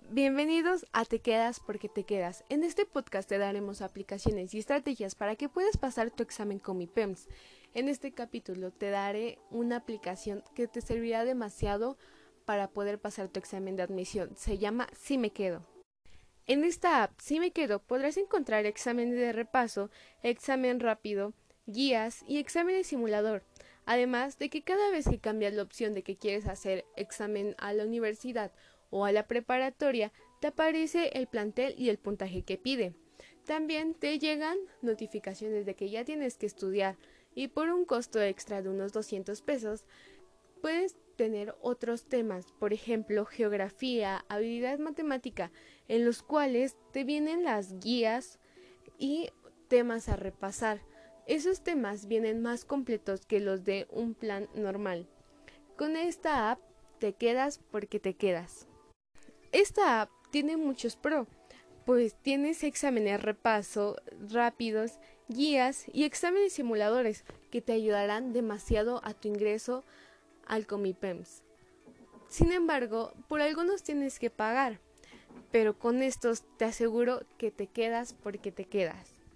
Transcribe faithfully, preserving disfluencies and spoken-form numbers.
Bienvenidos a Te Quedas porque te quedas. En este podcast te daremos aplicaciones y estrategias para que puedas pasar tu examen con mi P E M S. En este capítulo te daré una aplicación que te servirá demasiado para poder pasar tu examen de admisión. Se llama Si Me Quedo. En esta app, Si Me Quedo, podrás encontrar exámenes de repaso, examen rápido, guías y exámenes simulador. Además de que cada vez que cambias la opción de que quieres hacer examen a la universidad o a la preparatoria, te aparece el plantel y el puntaje que pide. También te llegan notificaciones de que ya tienes que estudiar y por un costo extra de unos doscientos pesos puedes tener otros temas, por ejemplo, geografía, habilidad matemática, en los cuales te vienen las guías y temas a repasar. Esos temas vienen más completos que los de un plan normal. Con esta app te quedas porque te quedas. Esta app tiene muchos pros, pues tienes exámenes repaso rápidos, guías y exámenes simuladores que te ayudarán demasiado a tu ingreso al Comipems. Sin embargo, por algunos tienes que pagar, pero con estos te aseguro que te quedas porque te quedas.